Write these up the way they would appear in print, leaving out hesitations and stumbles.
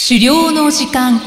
狩猟の時間。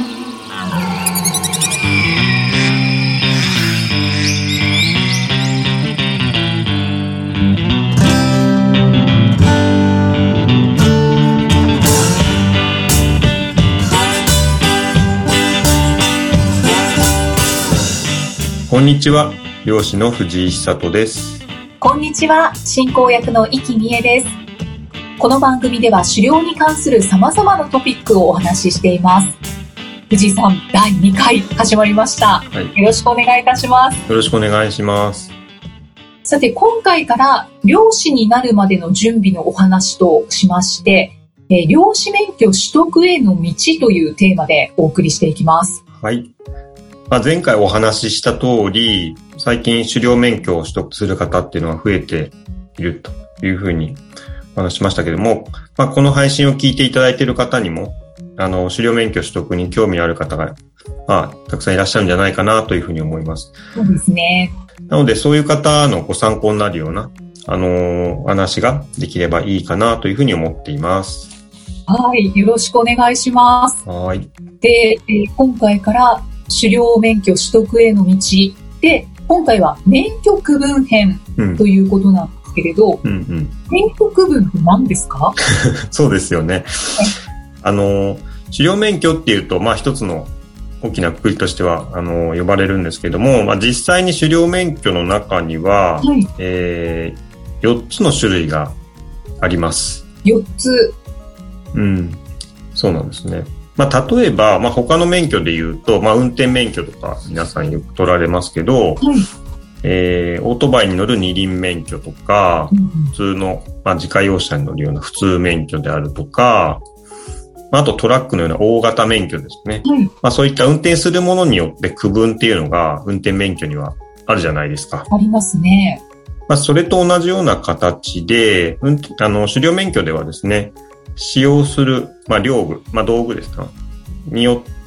こんにちは、漁師の藤井久人です。 こんにちは、進行役の生きみえです。この番組では狩猟に関する様々なトピックをお話ししています。藤井さん、第2回始まりました、よろしくお願いいたします。 よろしくお願いします。 さて、今回から漁師になるまでの準備のお話としまして、漁師免許取得への道というテーマでお送りしていきます。 はい。前回お話しした通り、最近狩猟免許を取得する方っていうのは増えているというふうにお話しましたけども、この配信を聞いていただいている方にも、狩猟免許取得に興味のある方が、たくさんいらっしゃるんじゃないかなというふうに思います。 そうですね。 なので、そういう方のご参考になるような、お話ができればいいかなというふうに思っています。 はい、よろしくお願いします。 はい。 で、今回から狩猟免許取得への道で、今回は免許区分編ということなんですけれど、免許区分って何ですか？ そうですよね。狩猟免許っていうと、一つの大きな括りとしては呼ばれるんですけども、実際に狩猟免許の中には、4つの種類があります。 4つ。 そうなんですね。例えば、他の免許で言うと、運転免許とか皆さんよく取られますけど、オートバイに乗る二輪免許とか、普通の、自家用車に乗るような普通免許であるとか、あとトラックのような大型免許ですね。そういった運転するものによって区分っていうのが運転免許にはあるじゃないですか。 ありますね。 それと同じような形で、狩猟免許ではですね、使用する、漁具、道具ですかによって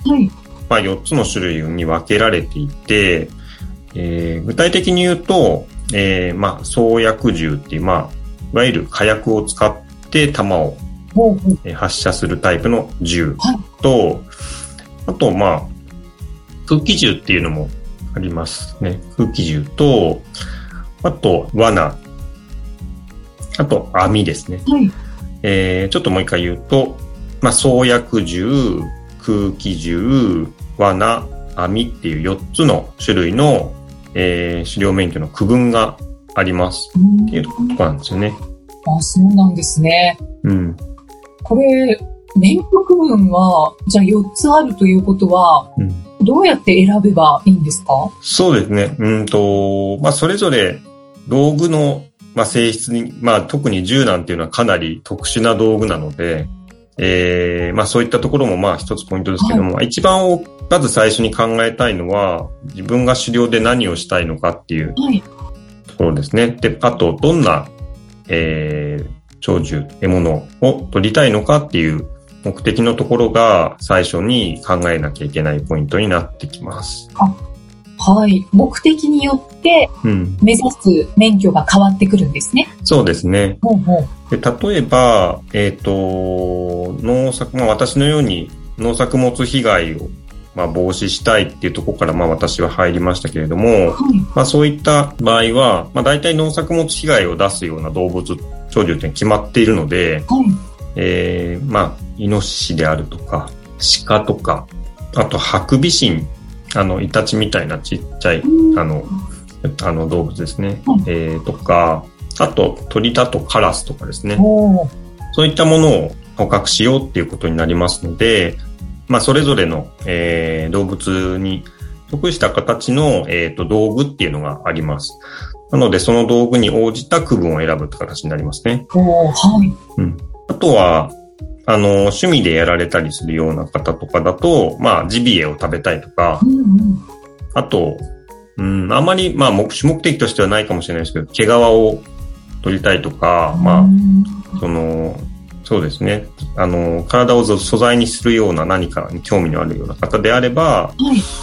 、4つの種類に分けられていて、具体的に言うと、装薬銃っていう、いわゆる火薬を使って弾を発射するタイプの銃と、あと、空気銃っていうのもありますね。空気銃と、あと、罠、あと、網ですね。ちょっともう一回言うと、装薬銃、空気銃、罠、網っていう4つの種類の、狩猟免許の区分がありますっていうところなんですよね。 そうなんですね。これ、免許区分は、じゃあ4つあるということは、どうやって選べばいいんですか？ そうですね。それぞれ道具の性質に、特に銃なんていうのはかなり特殊な道具なので、そういったところも一つポイントですけども、一番まず最初に考えたいのは、自分が狩猟で何をしたいのかっていうところですね。で、あと、どんな、鳥獣、獲物を取りたいのかっていう目的のところが最初に考えなきゃいけないポイントになってきます。 はい。目的によって目指す免許が変わってくるんですね。 そうですね。で、例えば、農作、私のように農作物被害を防止したいっていうところから私は入りましたけれども、そういった場合は、大体農作物被害を出すような動物、鳥獣って決まっているので、イノシシであるとか、鹿とか、あとハクビシン、イタチみたいなちっちゃい、動物ですね。とか、あと鳥だとカラスとかですね。そういったものを捕獲しようっていうことになりますので、それぞれの、動物に属した形の、道具っていうのがあります。なので、その道具に応じた区分を選ぶって形になりますね。あとは、趣味でやられたりするような方とかだと、ジビエを食べたいとか、あと、あまり、主目的としてはないかもしれないですけど、毛皮を取りたいとか、そうですね。体を素材にするような何かに興味のあるような方であれば、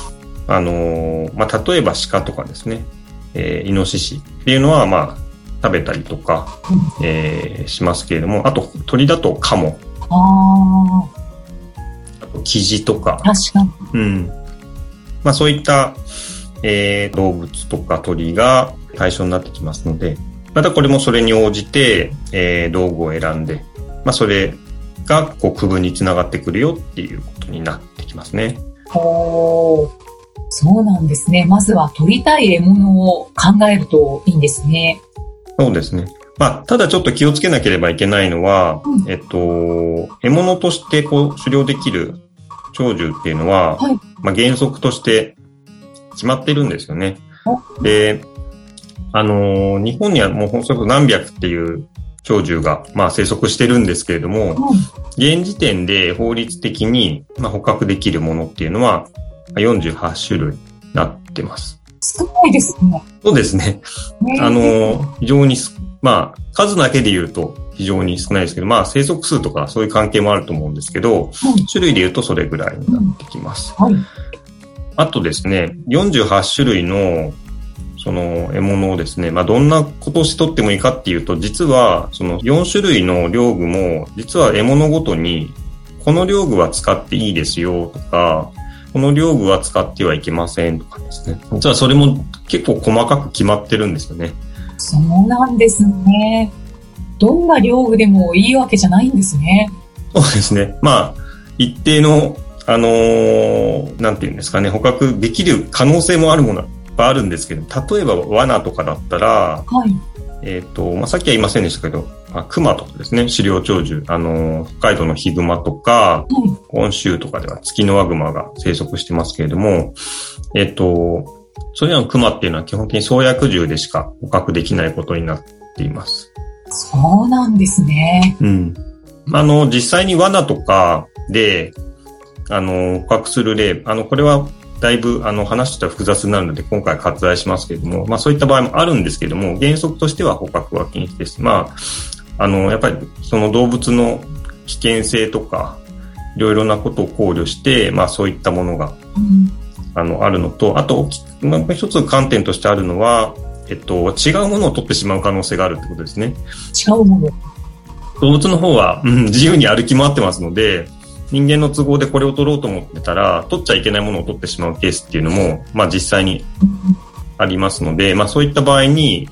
例えば鹿とかですね、イノシシっていうのは、食べたりとか、しますけれども、あと鳥だとカモキジとか。 確かに。 うん。まあそういった、動物とか鳥が対象になってきますので、またこれもそれに応じて、道具を選んで、まあそれがこう区分につながってくるよっていうことになってきますね。 そうなんですね。まずは取りたい獲物を考えるといいんですね。 そうですね。まあ、ただちょっと気をつけなければいけないのは、獲物としてこう狩猟できる鳥獣っていうのは、 はい、 まあ原則として決まってるんですよね。で、日本にはもうそれこそ何百っていう鳥獣が、まあ、生息してるんですけれども、現時点で法律的に、まあ、捕獲できるものっていうのは48種類になってます。 少ないですね。 そうですね。非常にまあ、数だけで言うと非常に少ないですけど、まあ、生息数とかそういう関係もあると思うんですけど、種類で言うとそれぐらいになってきます。あとですね、48種類のその獲物をですね、まあ、どんなことをして取ってもいいかっていうと、実はその4種類の猟具も実は獲物ごとにこの猟具は使っていいですよとか、この猟具は使ってはいけませんとかですね。実はそれも結構細かく決まってるんですよね。 そうなんですね。どんな猟具でもいいわけじゃないんですね。 そうですね。まあ、一定の、なんていうんですかね、捕獲できる可能性もあるものはあるんですけど、例えば罠とかだったら、まあ、さっきは言いませんでしたけど、熊とかですね、狩猟鳥獣、北海道のヒグマとか、本州とかではツキノワグマが生息してますけれども、そういうの熊っていうのは基本的に草薬獣でしか捕獲できないことになっています。 そうなんですね。 うん。実際に罠とかで、捕獲する例、これはだいぶ、話としては複雑になるので、今回割愛しますけれども、まあそういった場合もあるんですけれども、原則としては捕獲は禁止です。まあ、やっぱりその動物の危険性とか、いろいろなことを考慮して、まあそういったものが、あるのと、あと、まあ、一つ観点としてあるのは、違うものを取ってしまう可能性があるってことですね。 違うもの。 動物の方は、自由に歩き回ってますので、人間の都合でこれを取ろうと思ってたら、取っちゃいけないものを取ってしまうケースっていうのも、まあ実際にありますので、まあそういった場合に、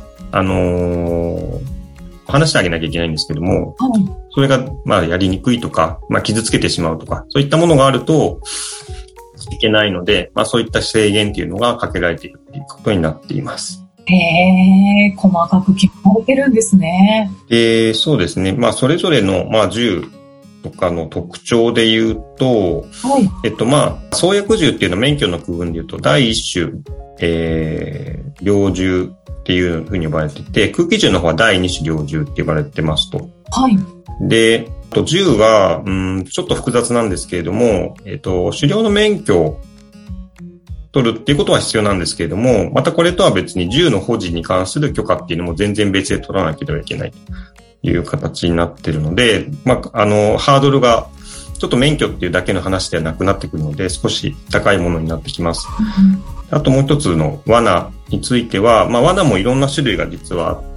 話してあげなきゃいけないんですけども、それがまあやりにくいとか、まあ傷つけてしまうとか、そういったものがあるといけないので、まあそういった制限っていうのがかけられているということになっています。 細かく決まってるんですね。 そうですね。まあそれぞれの、まあ銃とかの特徴で言うと、まあ、草薬銃っていうのは免許の区分で言うと、第一種、猟銃っていうふうに呼ばれてて、空気銃の方は第二種猟銃って呼ばれてますと。で、銃は、ちょっと複雑なんですけれども、狩猟の免許を取るっていうことは必要なんですけれども、またこれとは別に銃の保持に関する許可っていうのも全然別で取らなければいけない。いう形になっているので、まあ、ハードルが、ちょっと免許っていうだけの話ではなくなってくるので、少し高いものになってきます。あともう一つの罠については、まあ、罠もいろんな種類が実はあって、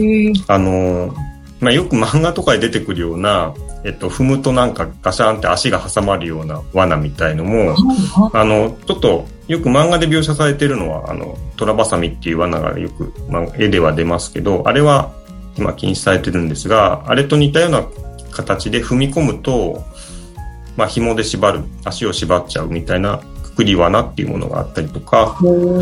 まあ、よく漫画とかで出てくるような、踏むとなんかガシャンって足が挟まるような罠みたいのも、ちょっとよく漫画で描写されているのは、トラバサミっていう罠がよく、まあ、絵では出ますけど、あれは、今禁止されてるんですが、あれと似たような形で踏み込むと、まあ紐で縛る、足を縛っちゃうみたいなくくり罠っていうものがあったりとか、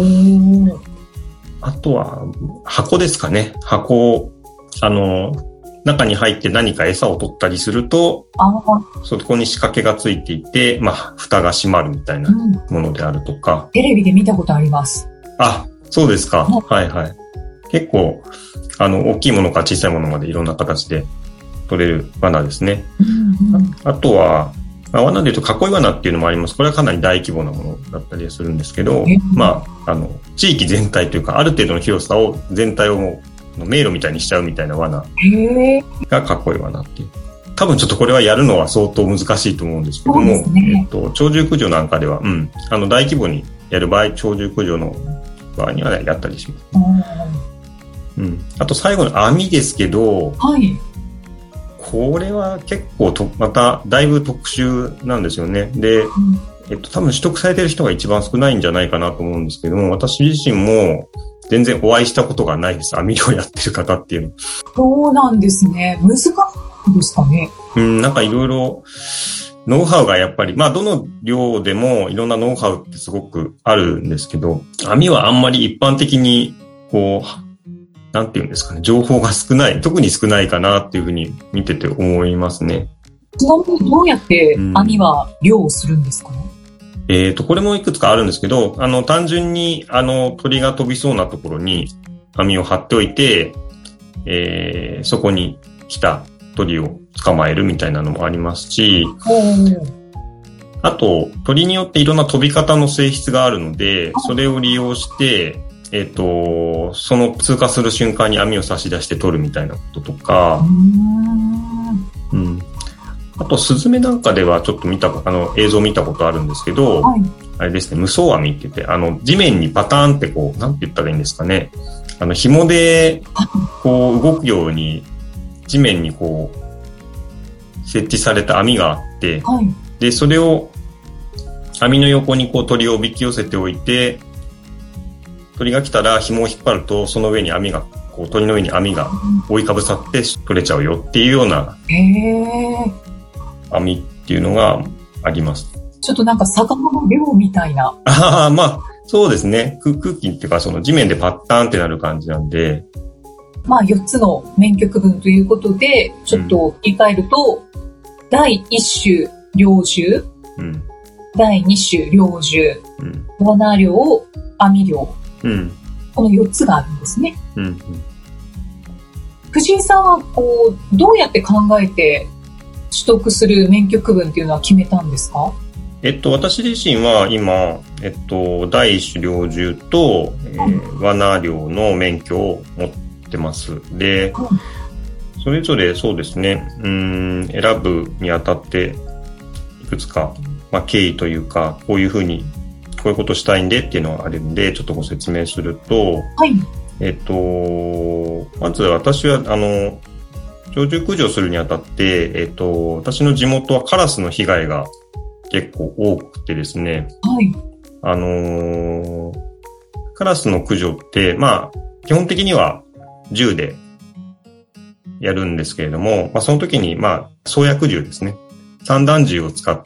あとは箱ですかね。箱を、中に入って何か餌を取ったりすると、そこに仕掛けがついていて、まあ蓋が閉まるみたいなものであるとか。 テレビで見たことあります。 あ、そうですか。はいはい。結構、大きいものから小さいものまでいろんな形で取れる罠ですね。あとは、まあ、罠で言うと囲い罠っていうのもあります。これはかなり大規模なものだったりするんですけど、まあ、地域全体というか、ある程度の広さを、全体をもう迷路みたいにしちゃうみたいな罠が囲い罠っていう。多分ちょっとこれはやるのは相当難しいと思うんですけども、鳥獣駆除なんかでは、大規模にやる場合、鳥獣駆除の場合にはやったりします。あと最後の網ですけど、 これは結構まただいぶ特殊なんですよね。で、多分取得されてる人が一番少ないんじゃないかなと思うんですけども、私自身も全然お会いしたことがないです。網漁やってる方っていうの。 そうなんですね。難しいですかね。 なんかいろいろノウハウがやっぱり、どの漁でもいろんなノウハウってすごくあるんですけど、網はあんまり一般的になんていうんですかね、情報が少ない、特に少ないかなっていうふうに見てて思いますね。 ちなみにどうやって網は漁をするんですか？ これもいくつかあるんですけど、単純に、鳥が飛びそうなところに網を張っておいて、そこに来た鳥を捕まえるみたいなのもありますし、あと、鳥によっていろんな飛び方の性質があるので、それを利用して、その通過する瞬間に網を差し出して取るみたいなこととか、あと、スズメなんかではちょっと映像見たことあるんですけど、あれですね、無双網って言って、地面にパターンってなんて言ったらいいんですかね。紐で、動くように、地面に設置された網があって、で、それを、網の横に鳥をおびき寄せておいて、鳥が来たら紐を引っ張ると、その上に網が、鳥の上に網が覆いかぶさって取れちゃうよっていうような、網っていうのがあります。 ちょっとなんか魚の漁みたいな。 そうですね。空気っていうか、その地面でパッターンってなる感じなんで。 4つの免許区分ということで、ちょっと言い換えると、第1種猟銃、第2種猟銃、罠猟、網漁、この4つがあるんですね。藤井さんはどうやって考えて取得する免許区分っていうのは決めたんですか？ 私自身は今、第一種猟銃と、罠猟の免許を持ってます。で、それぞれそうですね、選ぶにあたって、いくつか、経緯というか、こういうことしたいんでっていうのがあるんで、ちょっとご説明すると、まず私は、鳥獣駆除するにあたって、私の地元はカラスの被害が結構多くてですね。カラスの駆除って、基本的には銃でやるんですけれども、その時に、装薬銃ですね。散弾銃を使って、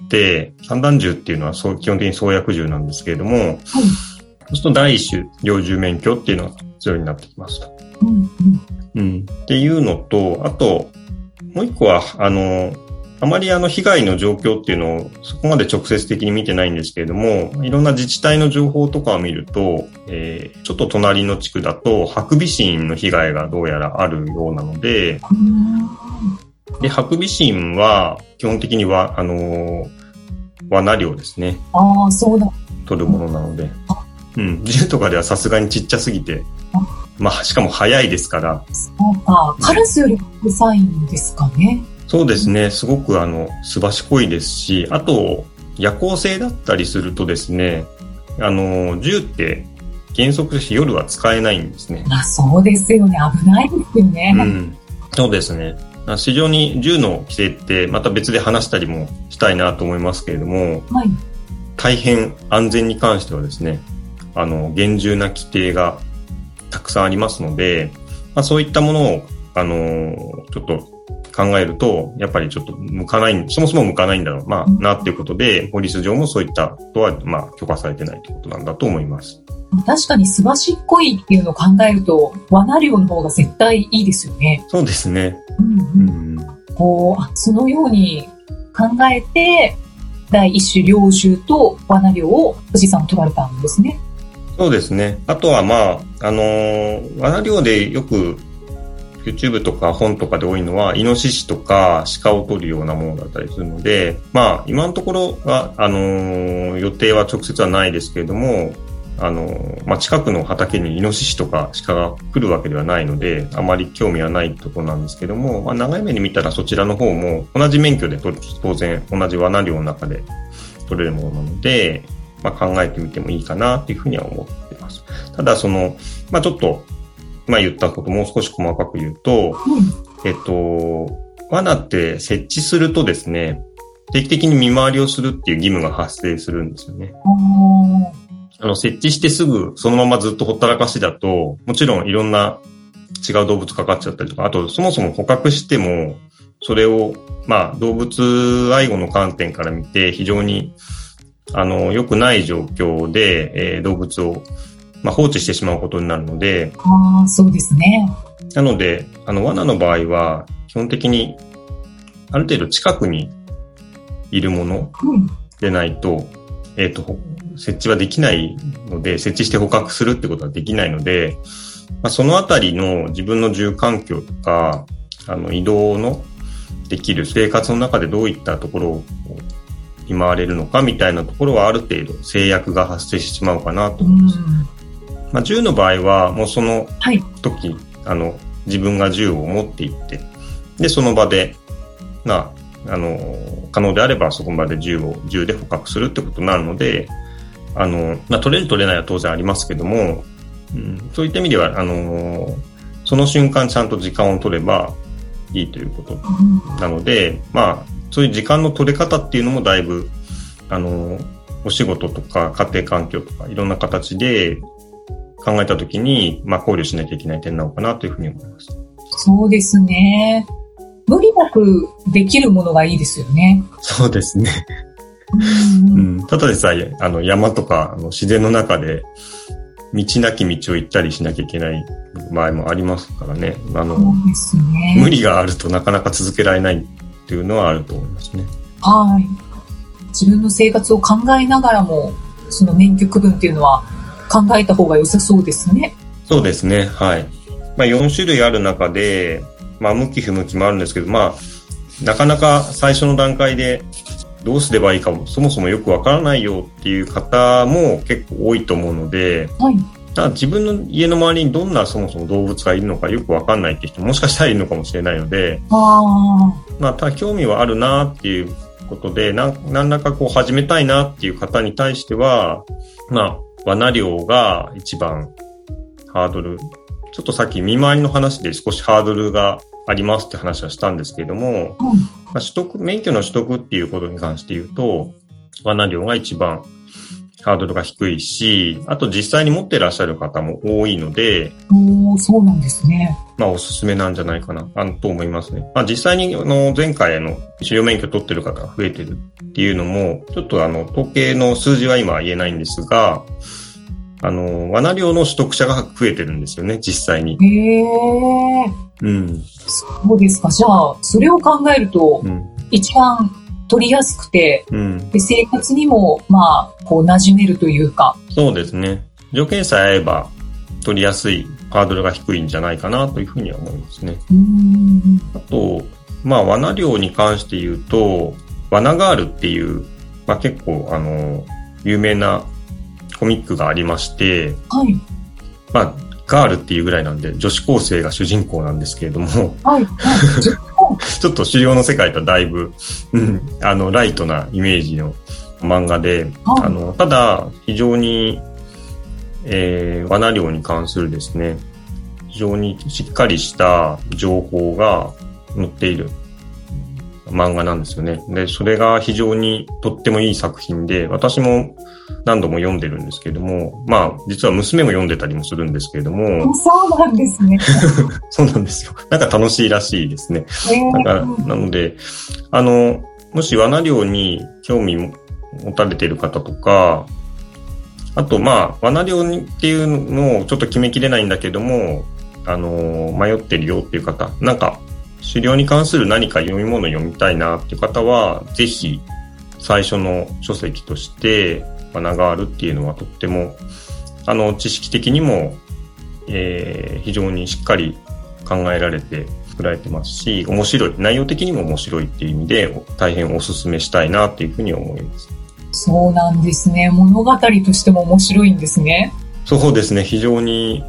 散弾銃っていうのは基本的に装薬銃なんですけれども、そうすると第一種猟銃免許っていうのが必要になってきますと。っていうのと、あと、もう一個は、あまり被害の状況っていうのをそこまで直接的に見てないんですけれども、いろんな自治体の情報とかを見ると、ちょっと隣の地区だとハクビシンの被害がどうやらあるようなので、で、ハクビシンは基本的には、罠猟ですね。 そうだ。 取るものなので。銃とかではさすがにちっちゃすぎて、しかも早いですから。 そうか。カラスよりうざいんですかね。 そうですね。すごくすばしこいですし、あと、夜行性だったりするとですね、銃って原則として夜は使えないんですね。 そうですよね。危ないですよね。 そうですね。非常に銃の規制ってまた別で話したりもしたいなと思いますけれども、大変安全に関してはですね、厳重な規定がたくさんありますので、そういったものを、ちょっと考えると、やっぱりちょっとそもそも向かないんだろうなっていうことで、法律上もそういったことは、許可されてないということなんだと思います。 確かにすばしっこいっていうのを考えると、罠猟の方が絶対いいですよね。 そうですね。 そのように考えて、第一種猟銃と罠猟を藤井さん取られたんですね。 そうですね。あとは罠猟でよく YouTube とか本とかで多いのは、イノシシとか鹿を取るようなものだったりするので、今のところは、予定は直接はないですけれども、近くの畑にイノシシとか鹿が来るわけではないので、あまり興味はないところなんですけども、長い目で見たらそちらの方も同じ免許で当然同じ罠猟の中で取れるものなので、考えてみてもいいかなというふうには思っています。ただちょっと言ったこともう少し細かく言うと、 罠って設置するとですね、定期的に見回りをするっていう義務が発生するんですよね。設置してすぐそのままずっとほったらかしだと、もちろんいろんな違う動物かかっちゃったりとか、あとそもそも捕獲しても、それを、動物愛護の観点から見て非常に、良くない状況で、動物を、放置してしまうことになるので。 そうですね。 なので、罠の場合は、基本的に、ある程度近くにいるものでないと、設置はできないので、設置して捕獲するってことはできないので、そのあたりの自分の住環境とか、移動のできる生活の中でどういったところを見回れるのかみたいなところはある程度制約が発生してしまうかなと思います。銃の場合はもうその時、自分が銃を持っていって、で、その場で、可能であればそこまで銃で捕獲するってことになるので、取れる取れないは当然ありますけども、そういった意味では、その瞬間ちゃんと時間を取ればいいということなので、そういう時間の取れ方っていうのもだいぶ、お仕事とか家庭環境とかいろんな形で考えたときに、考慮しなきゃいけない点なのかなというふうに思います。 そうですね。無理なくできるものがいいですよね。 そうですね。ただでさえ、山とか自然の中で道なき道を行ったりしなきゃいけない場合もありますからね。 そうですね。 無理があるとなかなか続けられないっていうのはあると思いますね。 はい。自分の生活を考えながらも、その免許区分っていうのは考えた方が良さそうですね。 そうですね。はい。4種類ある中で、向き不向きもあるんですけど、なかなか最初の段階でどうすればいいかもそもそもよくわからないよっていう方も結構多いと思うので、ただ自分の家の周りにどんなそもそも動物がいるのかよくわかんないって人もしかしたらいるのかもしれないので、ただ興味はあるなっていうことで、何らか始めたいなっていう方に対しては、罠猟が一番ハードル、ちょっとさっき見回りの話で少しハードルがありますって話はしたんですけれども、免許の取得っていうことに関して言うと、罠猟が一番ハードルが低いし、あと実際に持っていらっしゃる方も多いので、 そうなんですね。 おすすめなんじゃないかな、と思いますね。実際に前回狩猟免許取ってる方が増えてるっていうのも、ちょっと統計の数字は今は言えないんですが、罠猟の取得者が増えてるんですよね、実際に。 そうですか。じゃあ、それを考えると、一番取りやすくて、で生活にも、馴染めるというか。 そうですね。条件さえ合えば、取りやすい、ハードルが低いんじゃないかなというふうには思いますね。あと、罠猟に関して言うと、罠ガールっていう、結構、有名なコミックがありまして、ガールっていうぐらいなんで女子高生が主人公なんですけれども、ちょっと狩猟の世界とはだいぶ、ライトなイメージの漫画で、ただ非常に、罠猟に関するですね、非常にしっかりした情報が載っている漫画なんですよね。で、それが非常にとってもいい作品で、私も何度も読んでるんですけれども、実は娘も読んでたりもするんですけれども。 そうなんですね。 そうなんですよ。楽しいらしいですね。なので、もし罠猟に興味持たれている方とか、あと罠猟っていうのをちょっと決めきれないんだけども、迷ってるよっていう方、狩猟に関する何か読み物を読みたいなっていう方は、ぜひ最初の書籍として罠ガールっていうのはとっても知識的にも、非常にしっかり考えられて作られてますし、面白い、内容的にも面白いっていう意味で大変お勧めしたいなっていうふうに思います。 そうなんですね。物語としても面白いんですね。 そうですね。非常に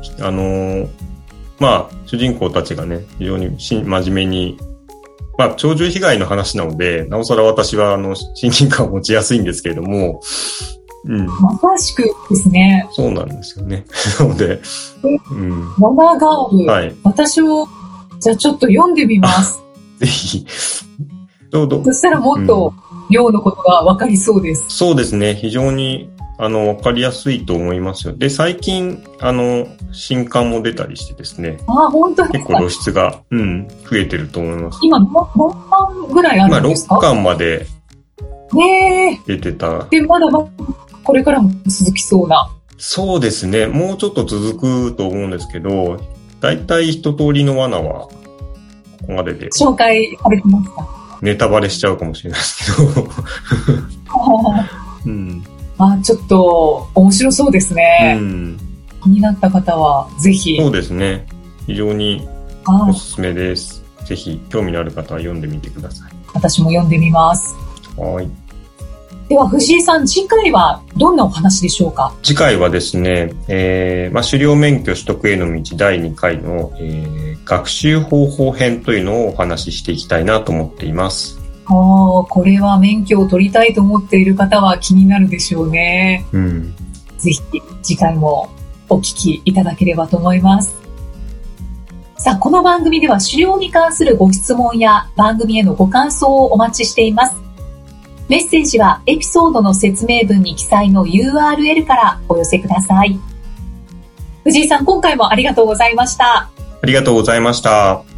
主人公たちがね、非常に真面目に、鳥獣被害の話なので、なおさら私は親近感を持ちやすいんですけれども、 まさしくですね。 そうなんですよね。なので、 罠ガール、私もじゃあちょっと読んでみます。 ぜひ、どうそしたらもっと量のことが分かりそうです。 そうですね。非常に、わかりやすいと思いますよ。で、最近、新刊も出たりしてですね。 本当ですか？ 結構露出が、増えてると思います。 今、6巻ぐらいあるんですか？ 6巻まで出てた。 で、まだこれからも続きそうな。 そうですね。もうちょっと続くと思うんですけど、だいたい一通りの罠は、ここまでで。 紹介されてますか？ ネタバレしちゃうかもしれないですけど。 ちょっと面白そうですね。気になった方はぜひ。 そうですね。非常におすすめです。ぜひ興味のある方は読んでみてください。 私も読んでみます。 はい。 では藤井さん、次回はどんなお話でしょうか？ 次回はですね、狩猟免許取得への道第2回の、学習方法編というのをお話ししていきたいなと思っています。 これは免許を取りたいと思っている方は気になるでしょうね。ぜひ次回もお聞きいただければと思います。さあ、この番組では狩猟に関するご質問や番組へのご感想をお待ちしています。メッセージはエピソードの説明文に記載の URL からお寄せください。藤井さん、今回もありがとうございました。 ありがとうございました。